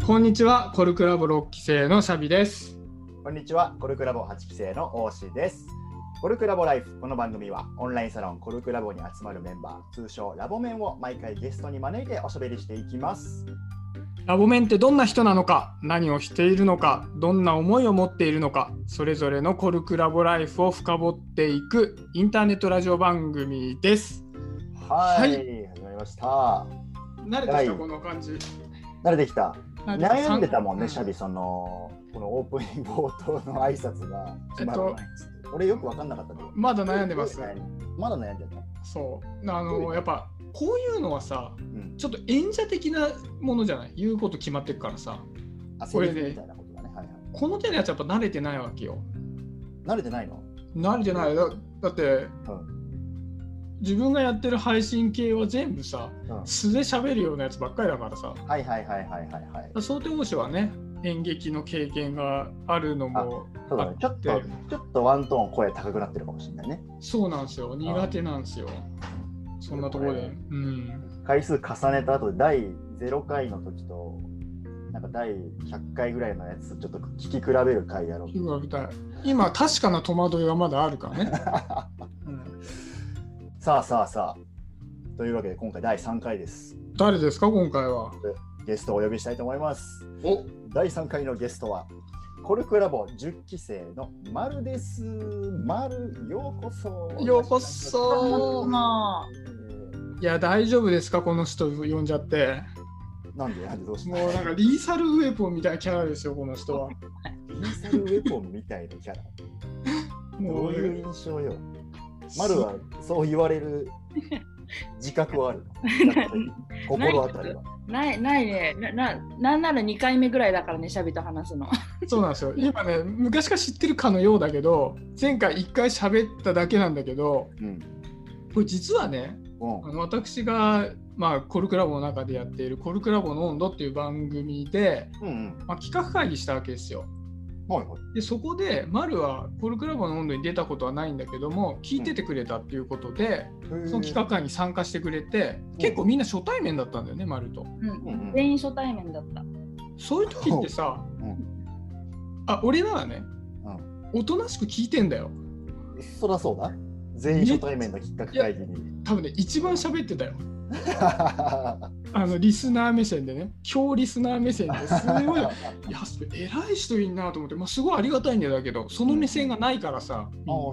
こんにちは、コルクラボ6期生のシャビです。 こんにちは、コルクラボ8期生の大志です。コルクラボライフ。この番組はオンラインサロンコルクラボに集まるメンバー、通称ラボメンを毎回ゲストに招いておしゃべりしていきます。 ラボメンってどんな人なのか、何をしているのか、どんな思いを持っているのか、それぞれのコルクラボライフを深掘っていくインターネットラジオ番組です。 はい、始まりました。 慣れてきた、この感じ。 慣れてきた。悩んでたもんね、シャビ、このオープニング冒頭の挨拶が決まらないっつって、俺よく分かんなかったけど。 まだ悩んでます。 まだ悩んでた。 そう。やっぱこういうのはさ、ちょっと演者的なものじゃない。言うこと決まってるからさ。 これで、みたいなことだね。はいはい。 この手のやつやっぱ慣れてないわけよ。 慣れてないの？ 慣れてない。だって、自分がやってる配信系は全部さ、素で喋るようなやつばっかりだからさ。 はい。 想定模試はね、演劇の経験があるのもそうだね、ちょっとワントーン声高くなってるかもしれないね。 そうなんですよ。苦手なんですよ。そんなところで。 回数重ねた後で第0回の時となんか第100回ぐらいのやつちょっと聞き比べる回やろう。 今確かな戸惑いがまだあるからね。 さあというわけで今回第3回です。 誰ですか今回は？ ゲストをお呼びしたいと思います。第3回のゲストはコルクラボ10期生のまるです。まる、ようこそ。 ようこそ。いや大丈夫ですか、この人呼んじゃって。 なんでどうして？ もうなんかリーサルウェポンみたいなキャラですよ、この人は。 リーサルウェポンみたいなキャラ。どういう印象よ。まるはそう言われる自覚はある心当たりはないね。なんなら2回目ぐらいだからね、シャビと話すの。 そうなんですよ。今ね、昔から知ってるかのようだけど、前回1回喋っただけなんだけど、これ実はね、私が、コルクラボの中でやっているコルクラボの温度っていう番組で、企画会議したわけですよ。でそこでマルはコルクラボの温度に出たことはないんだけども、聞いててくれたっていうことで、その企画会に参加してくれて、結構みんな初対面だったんだよね、マルと。 全員初対面だった。 そういう時ってさ、俺ならね、おとなしく聞いてんだよ。 そりゃそうだ。全員初対面の企画会議に。 多分ね、一番喋ってたよ。リスナー目線でね、強リスナー目線ですごい偉い人いいなと思って、すごいありがたいんだけど、その目線がないからさ、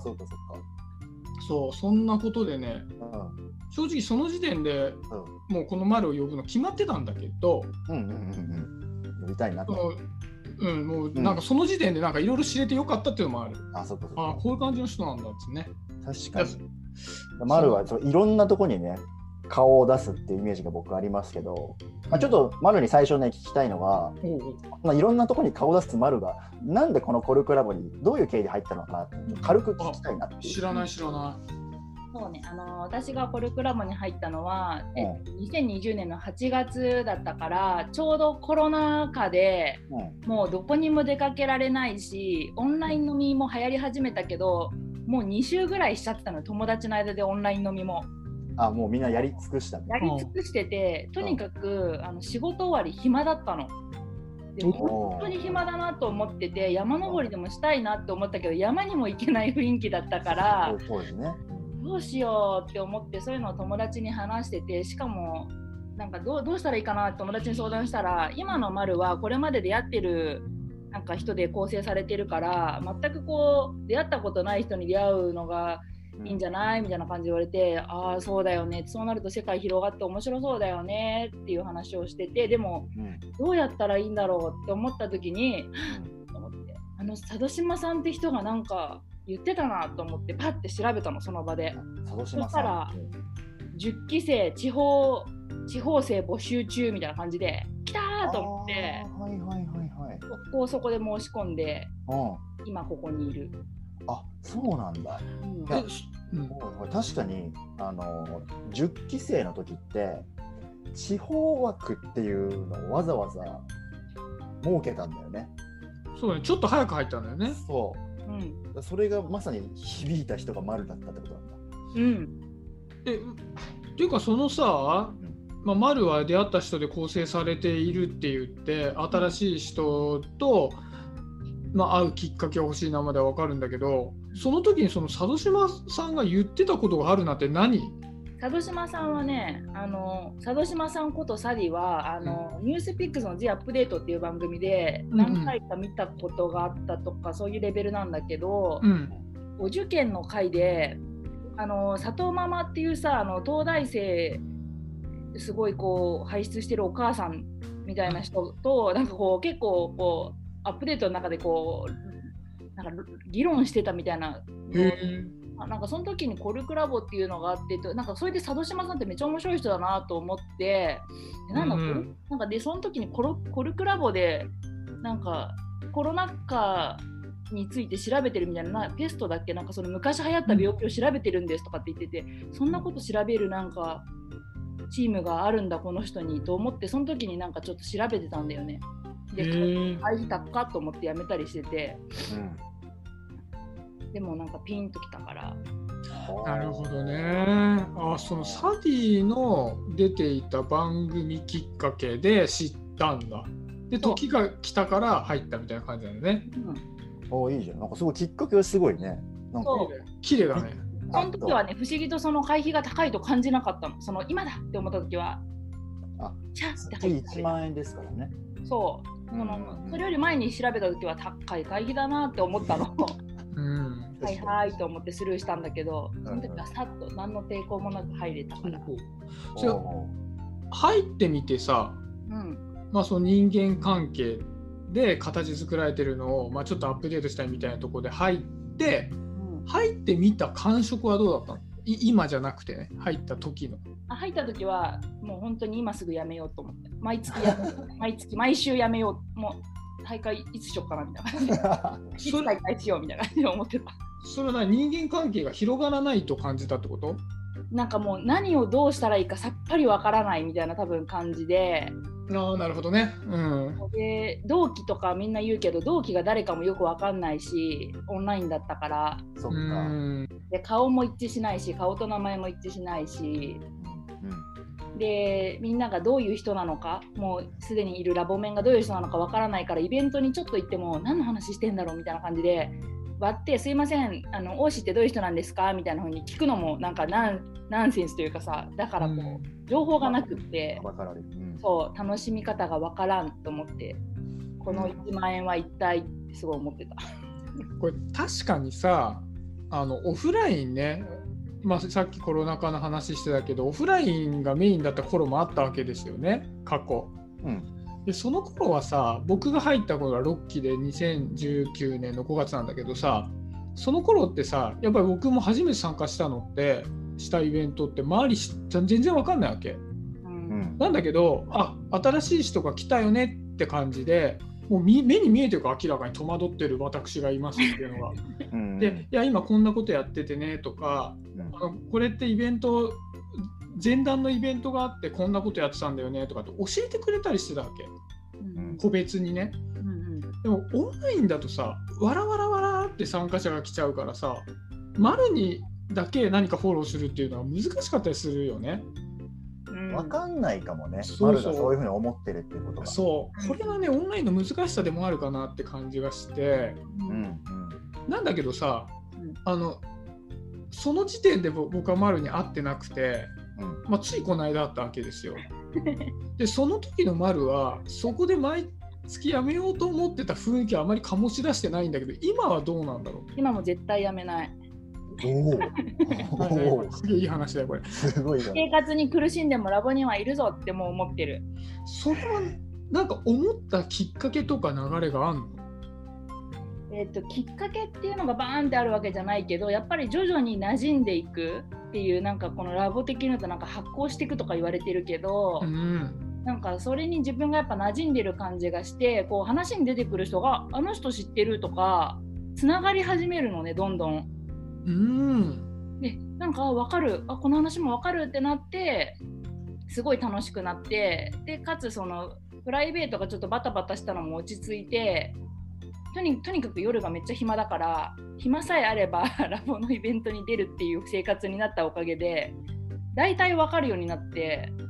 そんなことでね、正直その時点で、もうこの丸を呼ぶの決まってたんだけど、 呼びたいなと。 もうなんかその時点でなんかいろいろ知れてよかったっていうのもある。こういう感じの人なんだってね。 確かに。丸はいろんなとこにね、顔を出すっていうイメージが僕ありますけど、ちょっと丸に最初ね聞きたいのが、いろんなところに顔を出す丸がなんでこのコルクラボにどういう経緯で入ったのかなって軽く聞きたいなって。 知らない。 そうね、私がコルクラボに入ったのは、2020年の8月だったから、ちょうどコロナ禍で、もうどこにも出かけられないし、オンライン飲みも流行り始めたけど、もう2週ぐらいしちゃってたの、友達の間でオンライン飲みも。 もうみんなやり尽くしたね。 やり尽くしてて、とにかく仕事終わり暇だったの。でも本当に暇だなと思ってて、山登りでもしたいなって思ったけど、山にも行けない雰囲気だったから、どうしようって思って、そういうのを友達に話してて、しかもなんかどうしたらいいかなって友達に相談したら、今の丸はこれまで出会ってるなんか人で構成されてるから、全く出会ったことない人に出会うのがいいんじゃないみたいな感じで言われて、そうだよね、そうなると世界広がって面白そうだよねっていう話をしてて、でも、どうやったらいいんだろうって思った時に、佐渡島さんって人がなんか言ってたなと思ってパッて調べたの、その場で。そしたら10期生地方生募集中みたいな感じで来たーと思って、そこで申し込んで、今ここにいる。 そうなんだ。確かに10期生の時って地方枠っていうのをわざわざ設けたんだよね。 そうね、ちょっと早く入ったんだよね。 それがまさに響いた人が丸だったってことなんだ。 っていうかそのさ、 丸は出会った人で構成されているって言って新しい人と、会うきっかけが欲しいなまでは分かるんだけど、その時にその佐渡島さんが言ってたことがあるなって何？ 佐渡島さんはね、佐渡島さんことサディはニュースピックスの The アップデートっていう番組で何回か見たことがあったとか、そういうレベルなんだけど、お受験の回で佐藤ママっていうさ東大生すごいこう輩出してるお母さんみたいな人となんかこう結構こうアップデートの中でこうなんか議論してたみたいな。なんかその時にコルクラボっていうのがあってなんかそれで佐渡島さんってめっちゃ面白い人だなと思ってなんかでその時にコルクラボでなんかコロナ禍について調べてるみたいなペストだっけなんかその昔流行った病気を調べてるんですとかって言ってて、そんなこと調べるなんかチームがあるんだこの人にと思ってその時になんかちょっと調べてたんだよね。で会費高かと思ってやめたりしてて、でもなんかピンときたから。 なるほどね。そのサディの出ていた番組きっかけで知ったんだ。で時が来たから入ったみたいな感じなんだね。 いいじゃん。なんかすごいきっかけはすごいね。なんか綺麗だね。 その時はね不思議とその会費が高いと感じなかったの。その今だって思った時は。チャッって入った 1万円ですからね。 そう。それより前に調べた時は高い会費だなって思ったの。はいはいと思ってスルーしたんだけど、その時はさっと何の抵抗もなく入れたから。 入ってみてさ、その人間関係で形作られてるのを、ちょっとアップデートしたいみたいなところで入ってみた感触はどうだったの？今じゃなくてね、入った時の。 入った時はもう本当に今すぐやめようと思って、毎週やめよう、もう大会いつしようかなみたいな感じでいつ大会しようみたいな感じで思ってた。 それは人間関係が広がらないと感じたってこと？ なんかもう何をどうしたらいいかさっぱりわからないみたいな多分感じで。 なるほどね。 で同期とかみんな言うけど同期が誰かもよくわかんないしオンラインだったから。 そっか。 で顔も一致しないし顔と名前も一致しないし、でみんながどういう人なのかもうすでにいるラボメンがどういう人なのかわからないからイベントにちょっと行っても何の話してんだろうみたいな感じで割ってすいません王子ってどういう人なんですかみたいな風に聞くのもなんかナンセンスというかさだからこう情報がなくってそう楽しみ方がわからんと思ってこの1万円は一体ってすごい思ってた。 これ確かにさオフラインね、さっきコロナ禍の話してたけどオフラインがメインだった頃もあったわけですよね過去。でその頃はさ僕が入った頃は6期で2019年の5月なんだけどさその頃ってさやっぱり僕も初めて参加したのってしたイベントって周り全然わかんないわけ、なんだけど新しい人が来たよねって感じでもう目に見えてるか明らかに戸惑ってる私がいますっていうのがでいや今こんなことやっててねとか、これってイベント前段のイベントがあってこんなことやってたんだよねとかって教えてくれたりしてたわけ、個別にね、でもオンラインだとさわらわらわらって参加者が来ちゃうからさ丸にだけ何かフォローするっていうのは難しかったりするよね。 分かんないかもね。丸がそういうふうに思ってるっていうことが。 そうこれはねオンラインの難しさでもあるかなって感じがして、なんだけどさその時点で僕は丸に会ってなくて、ついこの間あったわけですよ。でその時の丸はそこで毎月やめようと思ってた雰囲気はあまり醸し出してないんだけど今はどうなんだろう。 今も絶対やめない。 すげえいい話だよこれ。 すごい生活に苦しんでもラボにはいるぞってもう思ってる。 それはなんか思ったきっかけとか流れがあるの？ きっかけっていうのがバーンってあるわけじゃないけどやっぱり徐々に馴染んでいくっていうなんかこのラボ的に言うとなんか発酵していくとか言われてるけど、なんかそれに自分がやっぱ馴染んでる感じがしてこう話に出てくる人があの人知ってるとかつながり始めるのねどんどん。でなんか分かるこの話も分かるってなってすごい楽しくなってでかつそのプライベートがちょっとバタバタしたのも落ち着いてとにかく夜がめっちゃ暇だから暇さえあればラボのイベントに出るっていう生活になったおかげでだいたい分かるようになって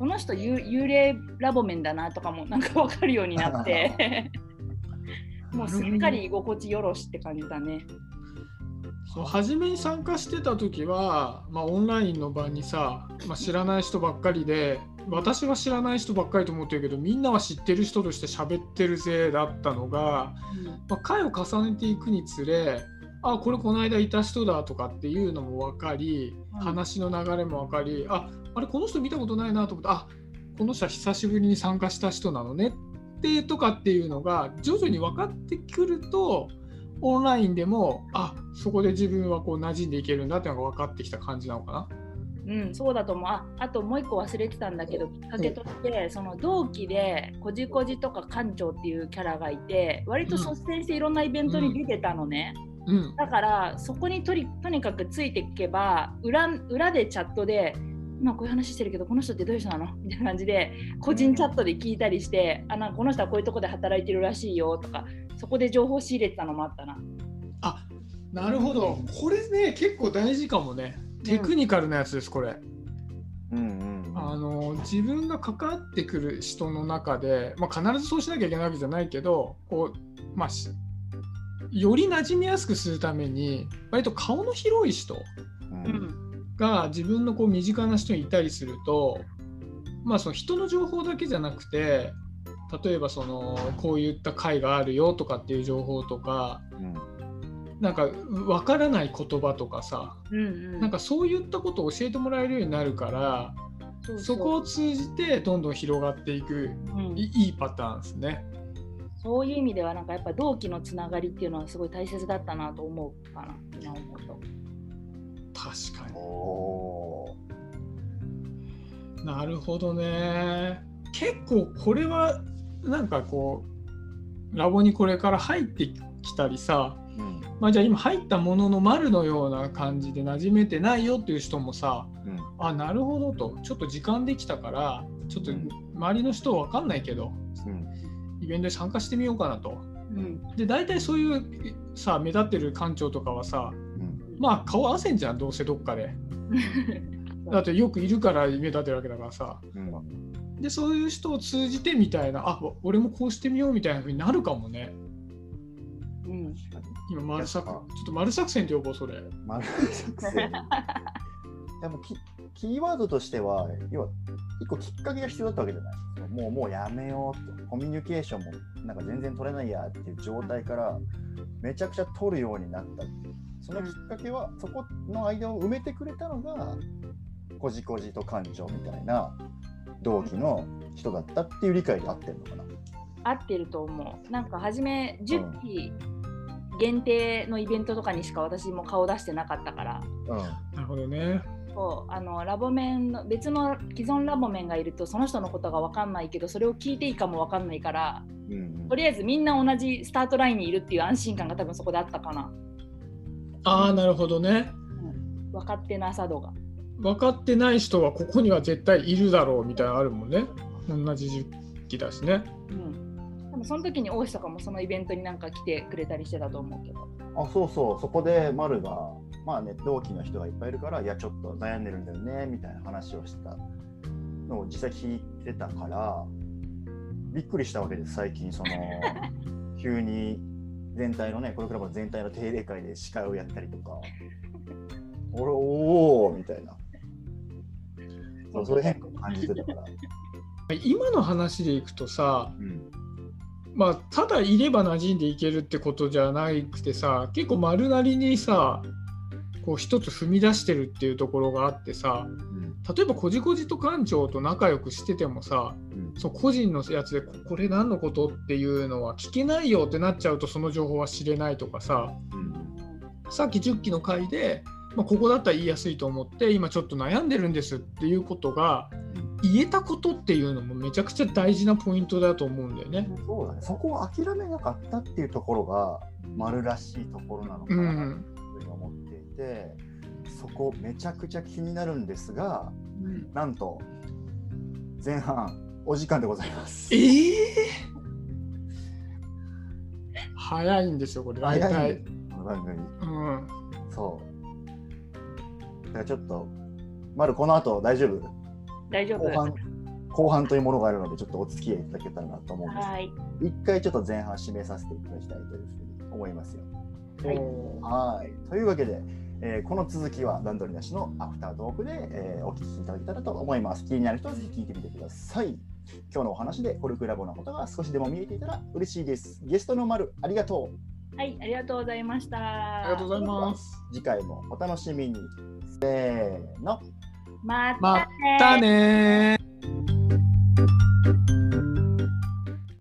この人幽霊ラボメンだなとかもなんか分かるようになってもうすっかり居心地よろしって感じだね。 そう初めに参加してた時は、オンラインの場にさ、知らない人ばっかりで、私は知らない人ばっかりと思ってるけどみんなは知ってる人として喋ってるぜだったのが、回を重ねていくにつれ、あ、これこの間いた人だとかっていうのも分かり、話の流れも分かり、あれこの人見たことないなと思って、あ、この人は久しぶりに参加した人なのねってとかっていうのが徐々に分かってくると、オンラインでもそこで自分はこう馴染んでいけるんだっていうのが分かってきた感じなのかな。 そうだと思う。あともう一個忘れてたんだけど、きっかけとしてその同期でこじこじとか館長っていうキャラがいて、割と率先していろんなイベントに出てたのね。だからそこにとにかくついていけば、裏でチャットで今こういう話してるけどこの人ってどういう人なのみたいな感じで個人チャットで聞いたりして、なんかこの人はこういうとこで働いてるらしいよとか、そこで情報仕入れてたのもあったな。 なるほど。これね結構大事かもね。テクニカルなやつですこれ。自分が関わってくる人の中で、必ずそうしなきゃいけないわけじゃないけど、こう、より馴染みやすくするために割と顔の広い人が自分のこう身近な人にいたりすると、その人の情報だけじゃなくて、例えばこういった会があるよとかっていう情報とか、なんか分からない言葉とかさ、なんかそういったことを教えてもらえるようになるから、そこを通じてどんどん広がっていく、いいパターンですね。 そういう意味ではなんかやっぱ同期のつながりっていうのはすごい大切だったなと思うかな、今思うと。 確かに。なるほどね。結構これはなんかこうラボにこれから入ってきたりさ、じゃあ今入ったものの丸のような感じで馴染めてないよっていう人もさ、なるほどと、ちょっと時間できたからちょっと周りの人分かんないけど、イベントに参加してみようかなと。で大体そういうさ目立ってる館長とかはさ、顔合わせんじゃん、どうせどっかでだってよくいるから目立ってるわけだからさ、でそういう人を通じてみたいな、俺もこうしてみようみたいな風になるかもね。今ちょっと丸作戦って呼ぼう、それ。 丸作戦でもキーワードとしては、要は一個きっかけが必要だったわけじゃない。もうやめようと、コミュニケーションもなんか全然取れないやっていう状態からめちゃくちゃ取るようになった。そのきっかけは、そこの間を埋めてくれたのがこじこじと館長みたいな同期の人だったっていう理解で合ってるのかな。 合ってると思う。なんか初め10期限定のイベントとかにしか私も顔出してなかったから。 なるほどね。 そうラボメンの別の既存ラボメンがいるとその人のことが分かんないけど、それを聞いていいかも分かんないから、とりあえずみんな同じスタートラインにいるっていう安心感が多分そこであったかな。 なるほどね。 分かってなさ度が。 分かってない人はここには絶対いるだろうみたいなのあるもんね。同じ時期だしね。 でもその時に大石とかもそのイベントになんか来てくれたりしてたと思うけど。 そこで丸が同期の人がいっぱいいるから、いやちょっと悩んでるんだよねみたいな話をしたのを実際聞いてたから、びっくりしたわけです。最近急に全体のね、コルクラボの全体の定例会で司会をやったりとかおーみたいな、それ変化を感じてたから。 今の話でいくとさ、ただいれば馴染んでいけるってことじゃなくてさ、結構丸なりにさこう一つ踏み出してるっていうところがあってさ、例えばこじこじと館長と仲良くしててもさ、そう個人のやつでこれ何のことっていうのは聞けないよってなっちゃうと、その情報は知れないとかさ、さっき10期の回で、ここだったら言いやすいと思って今ちょっと悩んでるんですっていうことが言えたことっていうのもめちゃくちゃ大事なポイントだと思うんだよね。 そうだね。そこを諦めなかったっていうところが丸らしいところなのかなという思っていて、そこめちゃくちゃ気になるんですが、なんと前半お時間でございます。 早いんですよこれ。大体この番組。そう。だからちょっと丸この後大丈夫？ 大丈夫。 後半というものがあるので、ちょっとお付き合いいただけたらなと思うんですけど、一回ちょっと前半締めさせていただきたいというふうに思いますよ。はい。というわけで、この続きは段取りなしのアフタートークで、お聞きいただけたらと思います。気になる人はぜひ聞いてみてください。今日のお話でコルクラボのことが少しでも見えていたら嬉しいです。ゲストの丸、ありがとう。はい、ありがとうございました。 ありがとうございます。 次回もお楽しみに。せーの。 またね。